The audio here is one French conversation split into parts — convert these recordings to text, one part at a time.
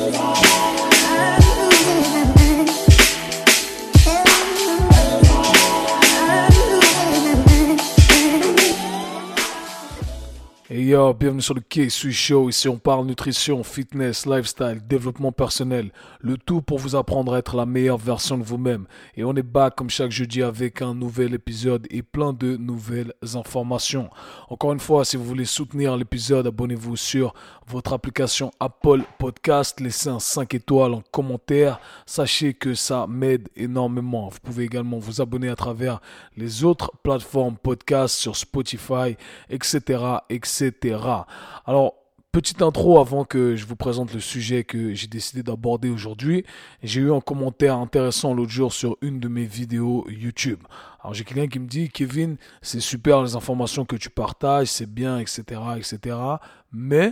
Et yo, bienvenue sur le K-Sui Show. Ici, on parle nutrition, fitness, lifestyle, développement personnel. Le tout pour vous apprendre à être la meilleure version de vous-même. Et on est back comme chaque jeudi avec un nouvel épisode et plein de nouvelles informations. Encore une fois, si vous voulez soutenir l'épisode, abonnez-vous sur votre application Apple Podcast. Laissez un 5 étoiles en commentaire. Sachez que ça m'aide énormément. Vous pouvez également vous abonner à travers les autres plateformes podcast sur Spotify, etc., etc. Alors, petite intro avant que je vous présente le sujet que j'ai décidé d'aborder aujourd'hui. J'ai eu un commentaire intéressant l'autre jour sur une de mes vidéos YouTube. Alors, j'ai quelqu'un qui me dit « Kevin, c'est super les informations que tu partages, c'est bien, etc., etc. Mais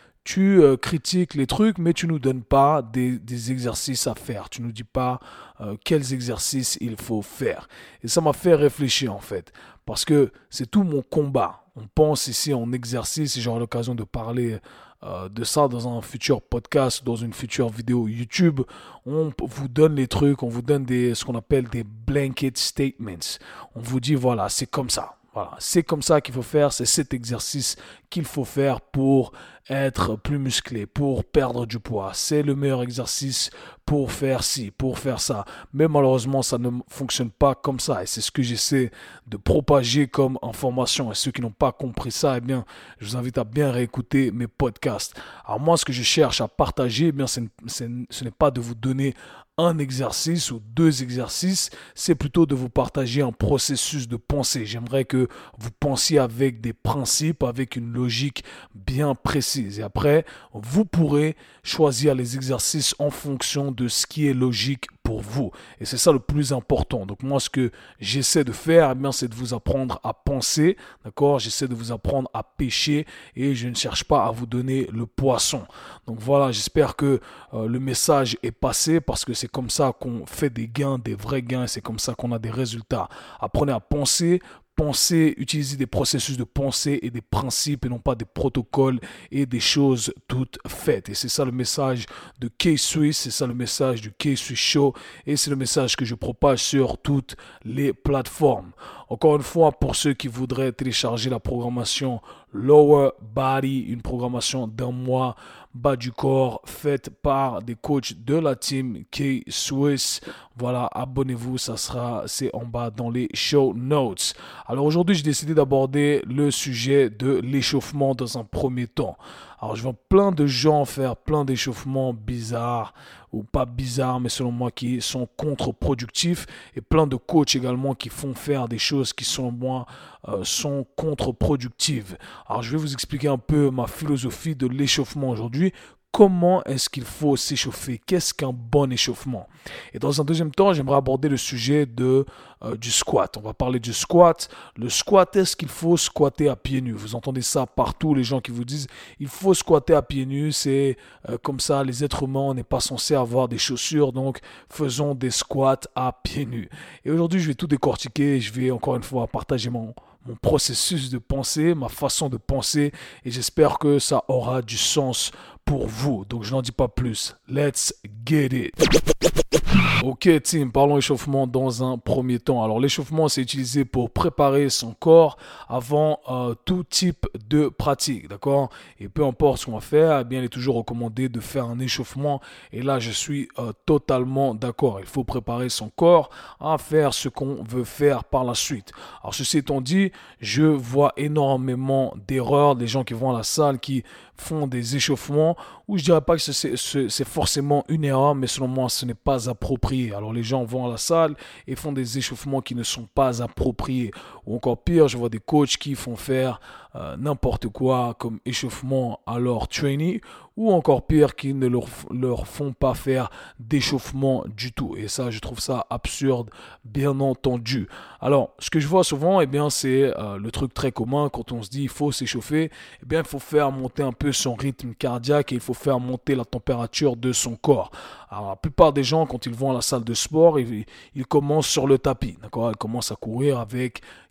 tu critiques les trucs, mais tu nous donnes pas des exercices à faire. Tu nous dis pas quels exercices il faut faire. » Et ça m'a fait réfléchir en fait, parce que c'est tout mon combat. On pense ici en exercice et j'aurai l'occasion de parler de ça dans un futur podcast, dans une future vidéo YouTube. On vous donne les trucs, on vous donne ce qu'on appelle des blanket statements. On vous dit voilà, c'est comme ça. Voilà, c'est comme ça qu'il faut faire, c'est cet exercice qu'il faut faire pour être plus musclé, pour perdre du poids. C'est le meilleur exercice pour faire ci, pour faire ça. Mais malheureusement, ça ne fonctionne pas comme ça. Et c'est ce que j'essaie de propager comme information. Et ceux qui n'ont pas compris ça, eh bien, je vous invite à bien réécouter mes podcasts. Alors moi, ce que je cherche à partager, eh bien, ce n'est pas de vous donner un exercice ou deux exercices, c'est plutôt de vous partager un processus de pensée. J'aimerais que vous pensiez avec des principes, avec une logique bien précise. Et après, vous pourrez choisir les exercices en fonction de ce qui est logique pour vous. Et c'est ça le plus important. Donc moi, ce que j'essaie de faire, eh bien, c'est de vous apprendre à penser, d'accord? J'essaie de vous apprendre à pêcher et je ne cherche pas à vous donner le poisson. Donc voilà, j'espère que le message est passé parce que c'est comme ça qu'on fait des gains, des vrais gains, et c'est comme ça qu'on a des résultats. Apprenez à penser. Utilisez des processus de pensée et des principes et non pas des protocoles et des choses toutes faites. Et c'est ça le message de K-Sui, c'est ça le message du K-Sui Show et c'est le message que je propage sur toutes les plateformes. Encore une fois, pour ceux qui voudraient télécharger la programmation Lower Body, une programmation d'un mois bas du corps faite par des coachs de la team K-Swiss. Voilà, abonnez-vous, c'est en bas dans les show notes. Alors aujourd'hui, j'ai décidé d'aborder le sujet de l'échauffement dans un premier temps. Alors je vois plein de gens faire plein d'échauffements bizarres ou pas bizarres, mais selon moi qui sont contre-productifs et plein de coachs également qui font faire des choses qui selon moi sont contre-productives. Alors je vais vous expliquer un peu ma philosophie de l'échauffement aujourd'hui. Comment est-ce qu'il faut s'échauffer? Qu'est-ce qu'un bon échauffement? Et dans un deuxième temps, j'aimerais aborder le sujet du squat. On va parler du squat. Le squat, est-ce qu'il faut squatter à pieds nus? Vous entendez ça partout, les gens qui vous disent il faut squatter à pieds nus. C'est comme ça, les êtres humains, on n'est pas censé avoir des chaussures, donc faisons des squats à pieds nus. Et aujourd'hui, je vais tout décortiquer. Je vais encore une fois partager mon processus de pensée, ma façon de penser, et j'espère que ça aura du sens pour vous. Donc je n'en dis pas plus. Let's get it. Ok team, parlons échauffement dans un premier temps. Alors l'échauffement c'est utilisé pour préparer son corps avant tout type de pratique, d'accord? Et peu importe ce qu'on va faire, eh bien il est toujours recommandé de faire un échauffement. Et là je suis totalement d'accord. Il faut préparer son corps à faire ce qu'on veut faire par la suite. Alors ceci étant dit, je vois énormément d'erreurs, des gens qui vont à la salle qui font des échauffements où je dirais pas que c'est forcément une erreur, mais selon moi ce n'est pas approprié. Alors les gens vont à la salle et font des échauffements qui ne sont pas appropriés. Ou encore pire, je vois des coachs qui font faire n'importe quoi comme échauffement à leur trainee, ou encore pire, qui ne leur font pas faire d'échauffement du tout. Et ça, je trouve ça absurde, bien entendu. Alors, ce que je vois souvent, eh bien, c'est le truc très commun quand on se dit il faut s'échauffer. Eh bien, il faut faire monter un peu son rythme cardiaque et il faut faire monter la température de son corps. Alors, la plupart des gens, quand ils vont à la salle de sport, ils commencent sur le tapis, d'accord? Ils commencent à courir avec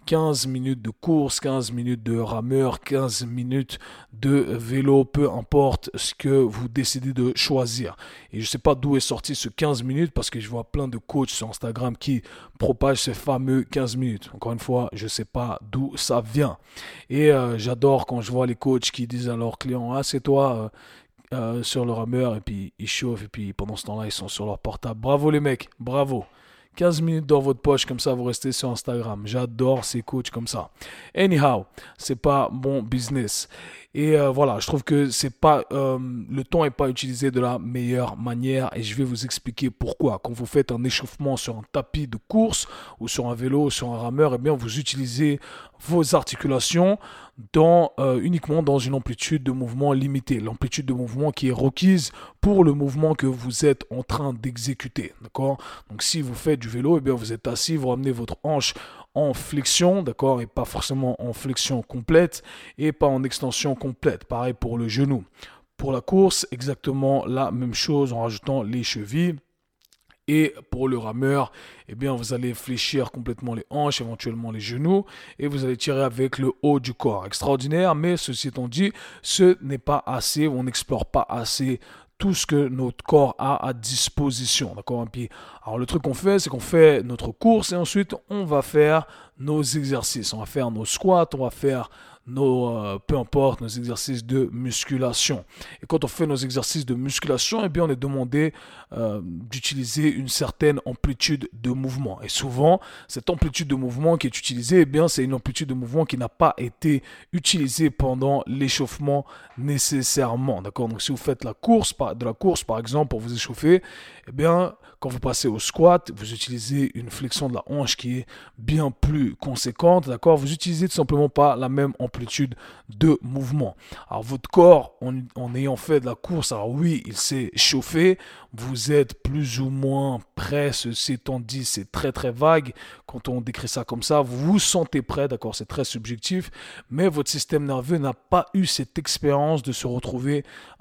15 minutes de course, 15 minutes de rameur, 15 minutes de vélo, peu importe ce que vous décidez de choisir. Et je ne sais pas d'où est sorti ce 15 minutes parce que je vois plein de coachs sur Instagram qui propagent ces fameux 15 minutes. Encore une fois, je ne sais pas d'où ça vient. Et j'adore quand je vois les coachs qui disent à leurs clients, ah c'est toi sur le rameur, et puis ils chauffent, et puis pendant ce temps-là, ils sont sur leur portable. Bravo les mecs, bravo. 15 minutes dans votre poche, comme ça vous restez sur Instagram. J'adore ces coachs comme ça. Anyhow, c'est pas bon business. Et voilà, je trouve que c'est pas le temps n'est pas utilisé de la meilleure manière et je vais vous expliquer pourquoi. Quand vous faites un échauffement sur un tapis de course ou sur un vélo ou sur un rameur, eh bien vous utilisez vos articulations uniquement dans une amplitude de mouvement limitée, l'amplitude de mouvement qui est requise pour le mouvement que vous êtes en train d'exécuter, d'accord? Donc si vous faites du vélo, eh bien vous êtes assis, vous ramenez votre hanche en flexion, d'accord, et pas forcément en flexion complète et pas en extension complète. Pareil pour le genou. Pour la course, exactement la même chose en rajoutant les chevilles. Et pour le rameur, eh bien, vous allez fléchir complètement les hanches, éventuellement les genoux, et vous allez tirer avec le haut du corps. Extraordinaire, mais ceci étant dit, ce n'est pas assez, on n'explore pas assez tout ce que notre corps a à disposition. D'accord? Et puis, alors le truc qu'on fait, c'est qu'on fait notre course et ensuite on va faire nos exercices. On va faire nos squats, on va faire peu importe, nos exercices de musculation. Et quand on fait nos exercices de musculation, eh bien, on est demandé d'utiliser une certaine amplitude de mouvement. Et souvent, cette amplitude de mouvement qui est utilisée, eh bien, c'est une amplitude de mouvement qui n'a pas été utilisée pendant l'échauffement nécessairement. D'accord? Donc, si vous faites de la course, par exemple, pour vous échauffer, eh bien, quand vous passez au squat, vous utilisez une flexion de la hanche qui est bien plus conséquente, d'accord? Vous utilisez tout simplement pas la même amplitude de mouvement. Alors votre corps, en ayant fait de la course, alors oui, il s'est chauffé, vous êtes plus ou moins prêt, ceci étant dit, c'est très très vague, quand on décrit ça comme ça, vous vous sentez prêt, d'accord? C'est très subjectif, mais votre système nerveux n'a pas eu cette expérience de se retrouver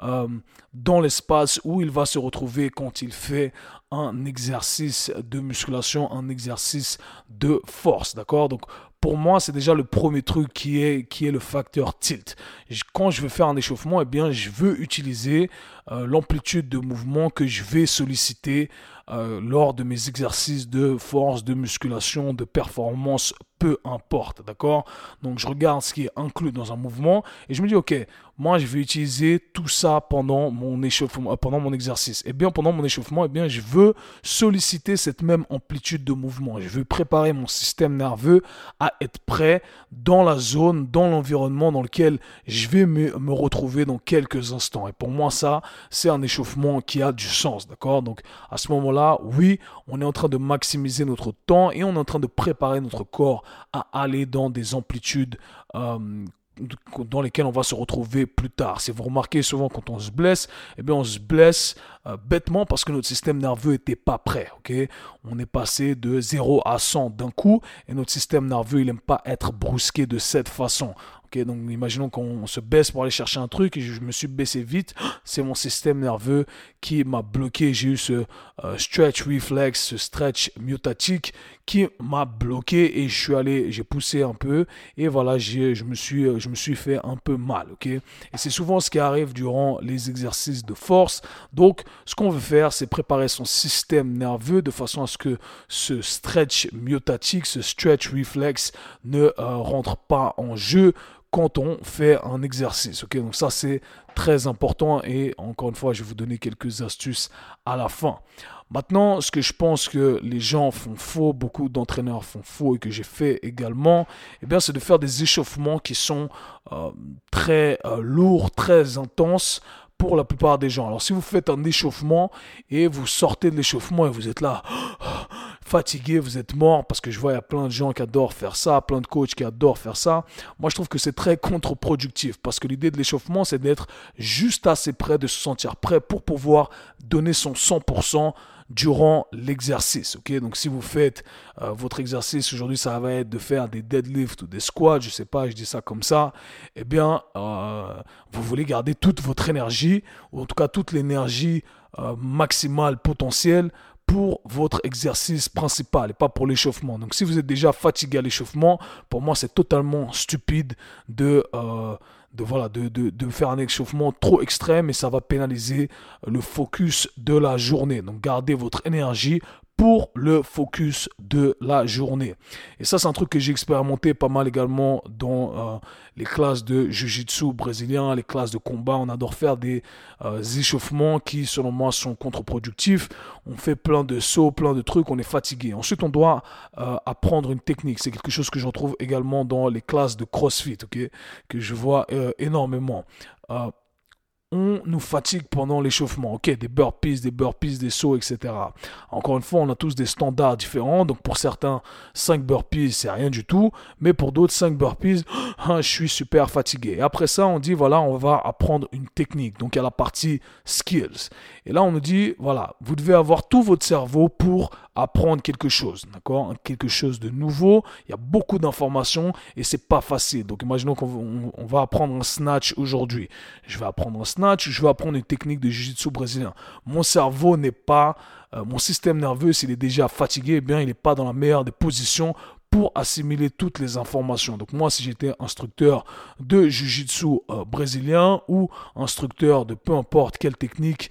dans l'espace où il va se retrouver quand il fait un exercice de musculation, un exercice de force, d'accord? Donc, pour moi, c'est déjà le premier truc qui est le facteur tilt. Quand je veux faire un échauffement, eh bien, je veux utiliser l'amplitude de mouvement que je vais solliciter lors de mes exercices de force, de musculation, de performance, peu importe, d'accord? Donc, je regarde ce qui est inclus dans un mouvement et je me dis, ok, moi, je vais utiliser tout ça pendant mon échauffement, pendant mon exercice. Et bien, pendant mon échauffement, eh bien, je veux solliciter cette même amplitude de mouvement. Je veux préparer mon système nerveux à être prêt dans la zone, dans l'environnement dans lequel je vais me retrouver dans quelques instants. Et pour moi, ça, c'est un échauffement qui a du sens, d'accord? Donc, à ce moment-là, oui, on est en train de maximiser notre temps et on est en train de préparer notre corps à aller dans des amplitudes dans lesquels on va se retrouver plus tard. Si vous remarquez souvent quand on se blesse, eh bien on se blesse bêtement parce que notre système nerveux n'était pas prêt. Okay? On est passé de 0 à 100 d'un coup et notre système nerveux il n'aime pas être brusqué de cette façon. Okay? Donc imaginons qu'on se baisse pour aller chercher un truc et je me suis baissé vite. C'est mon système nerveux qui m'a bloqué. J'ai eu ce stretch reflex, ce stretch myotatique qui m'a bloqué et j'ai poussé un peu et voilà, je me suis fait un peu mal. Okay? Et c'est souvent ce qui arrive durant les exercices de force. Donc, ce qu'on veut faire, c'est préparer son système nerveux de façon à ce que ce stretch myotatique, ce stretch reflex ne rentre pas en jeu quand on fait un exercice. Okay? Donc ça, c'est très important et encore une fois, je vais vous donner quelques astuces à la fin. Maintenant, ce que je pense que les gens font faux, beaucoup d'entraîneurs font faux et que j'ai fait également, eh bien, c'est de faire des échauffements qui sont très lourds, très intenses pour la plupart des gens. Alors, si vous faites un échauffement et vous sortez de l'échauffement et vous êtes là fatigué, vous êtes mort, parce que je vois il y a plein de gens qui adorent faire ça, plein de coachs qui adorent faire ça. Moi, je trouve que c'est très contre-productif parce que l'idée de l'échauffement, c'est d'être juste assez près, de se sentir prêt pour pouvoir donner son 100% durant l'exercice. Okay? Donc, si vous faites votre exercice aujourd'hui, ça va être de faire des deadlifts ou des squats, je sais pas, je dis ça comme ça, eh bien, vous voulez garder toute votre énergie, ou en tout cas toute l'énergie maximale potentielle pour votre exercice principal et pas pour l'échauffement. Donc si vous êtes déjà fatigué à l'échauffement, pour moi c'est totalement stupide de faire un échauffement trop extrême et ça va pénaliser le focus de la journée. Donc gardez votre énergie pour le focus de la journée. Et ça, c'est un truc que j'ai expérimenté pas mal également dans les classes de jiu-jitsu brésilien, les classes de combat. On adore faire des échauffements qui, selon moi, sont contre-productifs. On fait plein de sauts, plein de trucs, on est fatigué. Ensuite, on doit apprendre une technique. C'est quelque chose que je retrouve également dans les classes de CrossFit, okay, que je vois énormément. On nous fatigue pendant l'échauffement. Ok, des burpees, des sauts, etc. Encore une fois, on a tous des standards différents. Donc pour certains, 5 burpees, c'est rien du tout. Mais pour d'autres, 5 burpees, je suis super fatigué. Et après ça, on dit, voilà, on va apprendre une technique. Donc il y a la partie skills. Et là, on nous dit, voilà, vous devez avoir tout votre cerveau pour apprendre quelque chose, d'accord? Quelque chose de nouveau. Il y a beaucoup d'informations et c'est pas facile. Donc imaginons qu'on va apprendre un snatch aujourd'hui. Je vais apprendre un snatch, je vais apprendre une technique de jiu-jitsu brésilien. Mon cerveau n'est pas, mon système nerveux, s'il est déjà fatigué, eh bien il n'est pas dans la meilleure des positions pour assimiler toutes les informations. Donc moi, si j'étais instructeur de jiu-jitsu brésilien ou instructeur de peu importe quelle technique,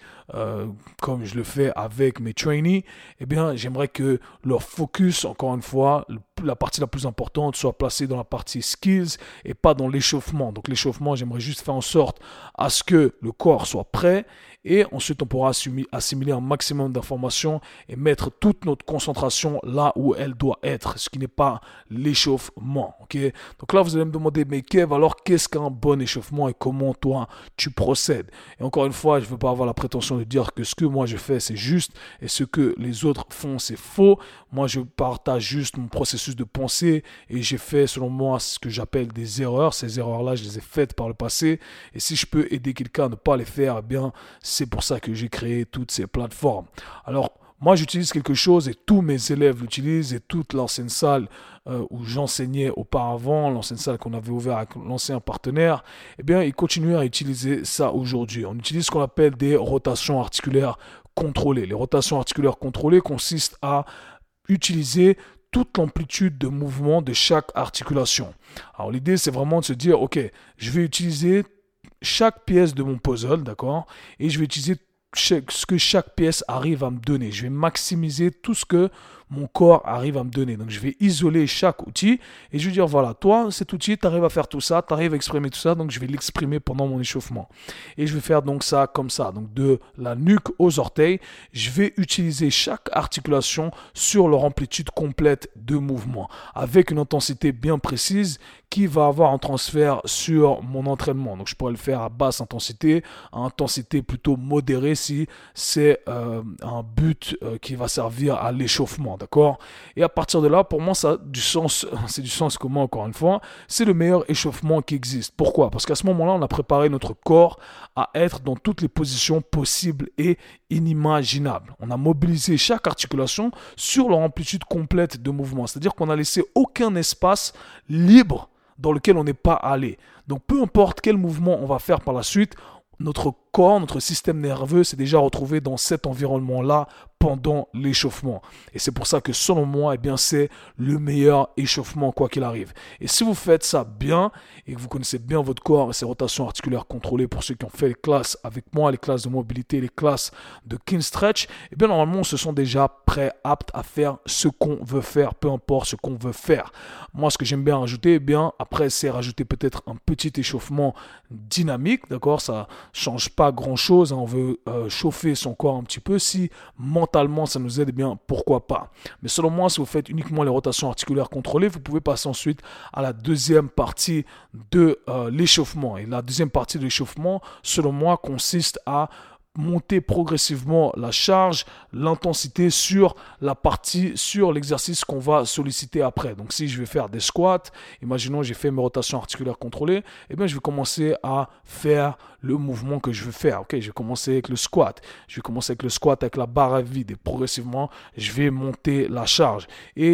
comme je le fais avec mes trainees, eh bien, j'aimerais que leur focus, encore une fois, la partie la plus importante soit placée dans la partie skills et pas dans l'échauffement. Donc l'échauffement, j'aimerais juste faire en sorte à ce que le corps soit prêt et ensuite on pourra assimiler un maximum d'informations et mettre toute notre concentration là où elle doit être, ce qui n'est pas l'échauffement. Okay? Donc là, vous allez me demander, mais Kev, alors qu'est-ce qu'un bon échauffement et comment toi tu procèdes? Et encore une fois, je ne veux pas avoir la prétention de dire que ce que moi je fais c'est juste et ce que les autres font c'est faux. Moi, je partage juste mon processus de pensée et j'ai fait selon moi ce que j'appelle des erreurs. Ces erreurs-là, je les ai faites par le passé et si je peux aider quelqu'un à ne pas les faire, eh bien, c'est pour ça que j'ai créé toutes ces plateformes. Alors, moi, j'utilise quelque chose et tous mes élèves l'utilisent et toute l'ancienne salle où j'enseignais auparavant, l'ancienne salle qu'on avait ouverte avec l'ancien partenaire, eh bien, ils continuent à utiliser ça aujourd'hui. On utilise ce qu'on appelle des rotations articulaires contrôlées. Les rotations articulaires contrôlées consistent à utiliser toute l'amplitude de mouvement de chaque articulation. Alors, l'idée, c'est vraiment de se dire, ok, je vais utiliser chaque pièce de mon puzzle, d'accord, et je vais utiliser ce que chaque pièce arrive à me donner. Je vais maximiser tout ce que mon corps arrive à me donner. Donc, je vais isoler chaque outil et je vais dire, voilà, toi, cet outil, tu arrives à faire tout ça, tu arrives à exprimer tout ça, donc je vais l'exprimer pendant mon échauffement. Et je vais faire donc ça comme ça. Donc, de la nuque aux orteils, je vais utiliser chaque articulation sur leur amplitude complète de mouvement avec une intensité bien précise qui va avoir un transfert sur mon entraînement. Donc, je pourrais le faire à basse intensité, à intensité plutôt modérée si c'est un but qui va servir à l'échauffement. D'accord? Et à partir de là, pour moi, ça a du sens. C'est du sens commun, encore une fois. C'est le meilleur échauffement qui existe. Pourquoi? Parce qu'à ce moment-là, on a préparé notre corps à être dans toutes les positions possibles et inimaginables. On a mobilisé chaque articulation sur leur amplitude complète de mouvement. C'est-à-dire qu'on n'a laissé aucun espace libre dans lequel on n'est pas allé. Donc, peu importe quel mouvement on va faire par la suite, notre corps, notre système nerveux s'est déjà retrouvé dans cet environnement-là pendant l'échauffement. Et c'est pour ça que selon moi, eh bien, c'est le meilleur échauffement quoi qu'il arrive. Et si vous faites ça bien et que vous connaissez bien votre corps et ses rotations articulaires contrôlées pour ceux qui ont fait les classes avec moi, les classes de mobilité, les classes de Kinstretch, eh bien normalement on se sent déjà prêt, apte à faire ce qu'on veut faire, peu importe ce qu'on veut faire. Moi, ce que j'aime bien rajouter, eh bien après c'est rajouter peut-être un petit échauffement dynamique, d'accord, ça change pas grand-chose, hein. On veut chauffer son corps un petit peu. Si mentalement ça nous aide, eh bien pourquoi pas. Mais selon moi, si vous faites uniquement les rotations articulaires contrôlées, vous pouvez passer ensuite à la deuxième partie de l'échauffement. Et la deuxième partie de l'échauffement, selon moi, consiste à monter progressivement la charge, l'intensité sur la partie, sur l'exercice qu'on va solliciter après. Donc si je vais faire des squats, imaginons j'ai fait mes rotations articulaires contrôlées, eh bien je vais commencer à faire le mouvement que je veux faire. Ok, je vais commencer avec le squat. Je vais commencer avec le squat avec la barre à vide et progressivement je vais monter la charge. Et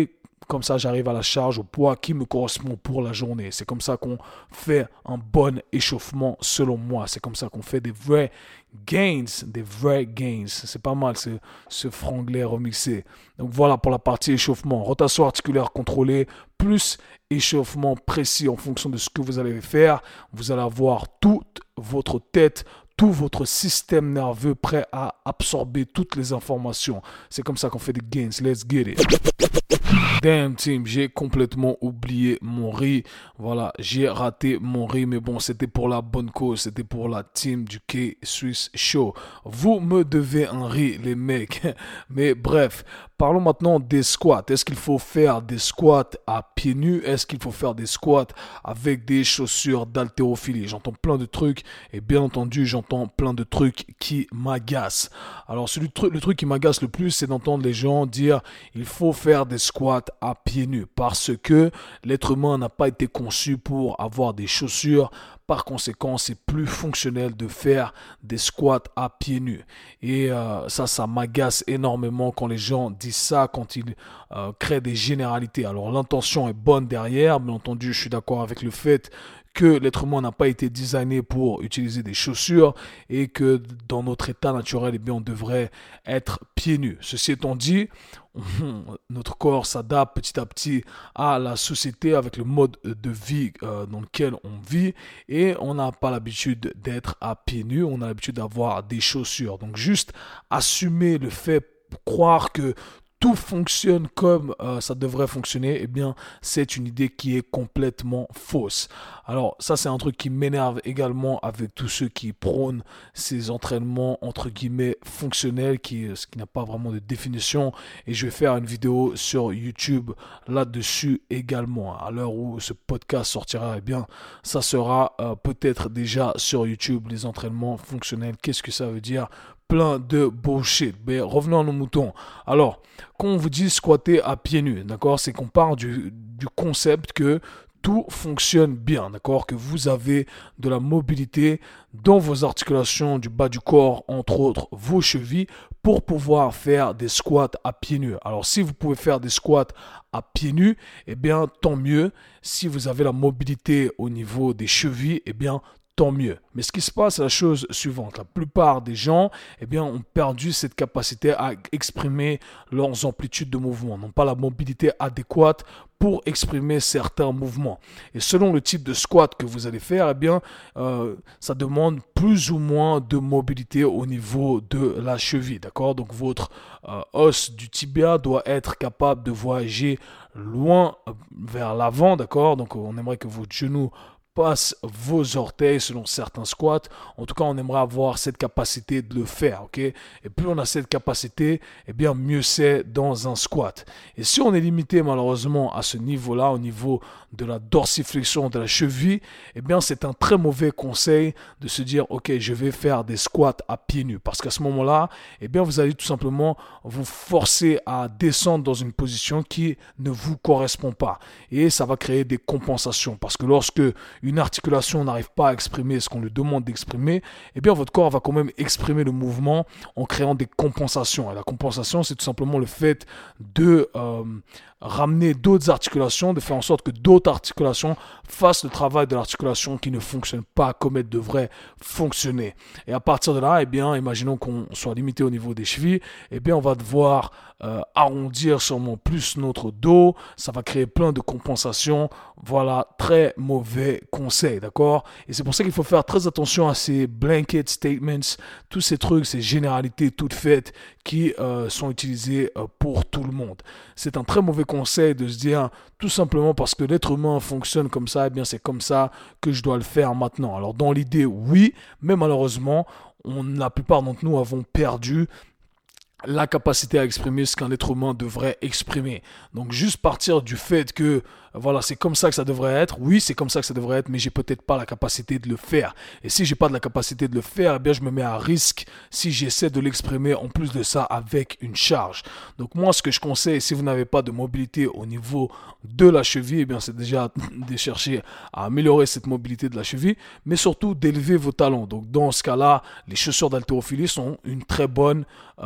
comme ça j'arrive à la charge, au poids qui me correspond pour la journée. C'est comme ça qu'on fait un bon échauffement selon moi. C'est comme ça qu'on fait des vrais gains, C'est pas mal ce franglais remixé. Donc voilà pour la partie échauffement. Rotation articulaire contrôlée plus échauffement précis en fonction de ce que vous allez faire. Vous allez avoir toute votre tête, tout votre système nerveux prêt à absorber toutes les informations. C'est comme ça qu'on fait des gains. Let's get it. Damn team, j'ai complètement oublié mon riz. Voilà, j'ai raté mon riz, mais bon, c'était pour la bonne cause. C'était pour la team du K-Swiss Show. Vous me devez un riz, les mecs. Mais bref, parlons maintenant des squats. Est-ce qu'il faut faire des squats à pieds nus? Est-ce qu'il faut faire des squats avec des chaussures d'haltérophilie? J'entends plein de trucs et bien entendu, j'entends plein de trucs qui m'agacent. Alors, le truc qui m'agace le plus, c'est d'entendre les gens dire il faut faire des squats à pieds nus parce que l'être humain n'a pas été conçu pour avoir des chaussures. Par conséquent, c'est plus fonctionnel de faire des squats à pieds nus. Et ça m'agace énormément quand les gens disent ça, quand ils créent des généralités. Alors l'intention est bonne derrière, bien entendu, je suis d'accord avec le fait que l'être humain n'a pas été designé pour utiliser des chaussures et que dans notre état naturel, eh bien, on devrait être pieds nus. Ceci étant dit, notre corps s'adapte petit à petit à la société avec le mode de vie dans lequel on vit et on n'a pas l'habitude d'être à pieds nus, on a l'habitude d'avoir des chaussures. Donc juste assumer le fait, croire que tout fonctionne comme ça devrait fonctionner, eh bien, c'est une idée qui est complètement fausse. Alors, ça, c'est un truc qui m'énerve également avec tous ceux qui prônent ces entraînements, entre guillemets, fonctionnels, ce qui n'a pas vraiment de définition. Et je vais faire une vidéo sur YouTube là-dessus également. À l'heure où ce podcast sortira, eh bien, ça sera peut-être déjà sur YouTube, les entraînements fonctionnels. Qu'est-ce que ça veut dire? Plein de bullshit. Mais revenons à nos moutons. Alors, quand on vous dit squatter à pieds nus, d'accord, c'est qu'on part du concept que tout fonctionne bien, d'accord, que vous avez de la mobilité dans vos articulations du bas du corps, entre autres vos chevilles, pour pouvoir faire des squats à pieds nus. Alors, si vous pouvez faire des squats à pieds nus, eh bien, tant mieux. Si vous avez la mobilité au niveau des chevilles, eh bien, tant mieux. Mais ce qui se passe, c'est la chose suivante. La plupart des gens, eh bien, ont perdu cette capacité à exprimer leurs amplitudes de mouvement, n'ont pas la mobilité adéquate pour exprimer certains mouvements. Et selon le type de squat que vous allez faire, eh bien, ça demande plus ou moins de mobilité au niveau de la cheville, d'accord? Donc, votre os du tibia doit être capable de voyager loin vers l'avant, d'accord? Donc, on aimerait que votre genou passe vos orteils selon certains squats. En tout cas, on aimerait avoir cette capacité de le faire, ok? Et plus on a cette capacité, eh bien, mieux c'est dans un squat. Et si on est limité malheureusement à ce niveau-là, au niveau de la dorsiflexion de la cheville, eh bien, c'est un très mauvais conseil de se dire, ok, je vais faire des squats à pieds nus. Parce qu'à ce moment-là, eh bien, vous allez tout simplement vous forcer à descendre dans une position qui ne vous correspond pas. Et ça va créer des compensations. Parce que lorsque une articulation n'arrive pas à exprimer ce qu'on lui demande d'exprimer, eh bien votre corps va quand même exprimer le mouvement en créant des compensations. Et la compensation, c'est tout simplement le fait de ramener d'autres articulations, de faire en sorte que d'autres articulations fassent le travail de l'articulation qui ne fonctionne pas comme elle devrait fonctionner. Et à partir de là, eh bien, imaginons qu'on soit limité au niveau des chevilles, eh bien, on va devoir arrondir sûrement plus notre dos. Ça va créer plein de compensations. Voilà, très mauvais conseil, d'accord? Et c'est pour ça qu'il faut faire très attention à ces blanket statements, tous ces trucs, ces généralités toutes faites qui sont utilisées pour tout le monde. C'est un très mauvais conseil de se dire tout simplement parce que l'être humain fonctionne comme ça, eh bien c'est comme ça que je dois le faire maintenant. Alors dans l'idée, oui, mais malheureusement, la plupart d'entre nous avons perdu la capacité à exprimer ce qu'un être humain devrait exprimer. Donc juste partir du fait que voilà, c'est comme ça que ça devrait être. Oui, c'est comme ça que ça devrait être, mais j'ai peut-être pas la capacité de le faire. Et si j'ai pas de la capacité de le faire, eh bien je me mets à risque si j'essaie de l'exprimer en plus de ça avec une charge. Donc moi, ce que je conseille, si vous n'avez pas de mobilité au niveau de la cheville, eh bien c'est déjà de chercher à améliorer cette mobilité de la cheville, mais surtout d'élever vos talons. Donc dans ce cas-là, les chaussures d'haltérophilie sont une très bonne solution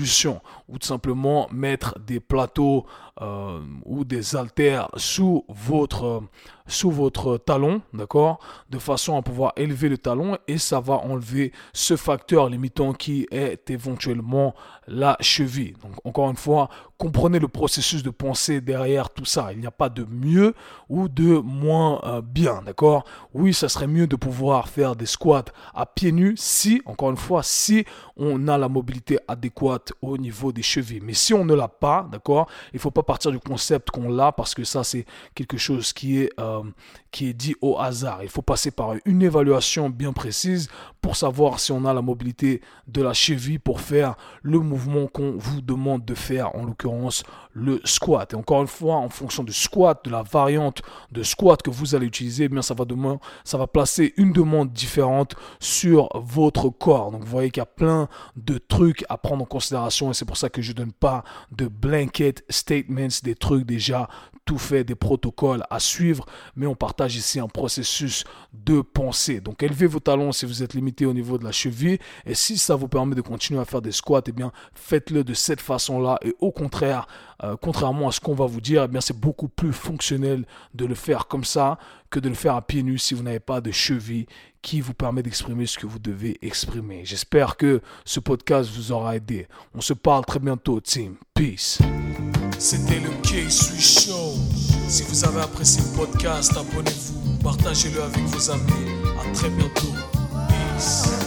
solution, ou tout simplement mettre des plateaux ou des haltères sous votre talon, d'accord, de façon à pouvoir élever le talon, et ça va enlever ce facteur limitant qui est éventuellement la cheville. Donc encore une fois, comprenez le processus de pensée derrière tout ça. Il n'y a pas de mieux ou de moins bien, d'accord. Oui, ça serait mieux de pouvoir faire des squats à pieds nus si, encore une fois, si on a la mobilité adéquate au niveau des chevilles. Mais si on ne l'a pas, d'accord, il ne faut pas partir du concept qu'on l'a, parce que ça, c'est quelque chose qui est dit au hasard. Il faut passer par une évaluation bien précise pour savoir si on a la mobilité de la cheville pour faire le mouvement qu'on vous demande de faire, en l'occurrence le squat. Et encore une fois, en fonction du squat, de la variante de squat que vous allez utiliser, eh bien ça va placer une demande différente sur votre corps. Donc vous voyez qu'il y a plein de trucs à prendre en considération, et c'est pour ça que je ne donne pas de blanket statements, des trucs déjà tout fait, des protocoles à suivre, mais on partage ici un processus de pensée. Donc élevez vos talons si vous êtes limité au niveau de la cheville, et si ça vous permet de continuer à faire des squats, eh bien faites-le de cette façon-là, et au contraire, contrairement à ce qu'on va vous dire, eh bien c'est beaucoup plus fonctionnel de le faire comme ça que de le faire à pieds nus si vous n'avez pas de cheville qui vous permet d'exprimer ce que vous devez exprimer. J'espère que ce podcast vous aura aidé. On se parle très bientôt, team. Peace. C'était le K-Swiss Show. Si vous avez apprécié le podcast, abonnez-vous, partagez-le avec vos amis. À très bientôt. Peace.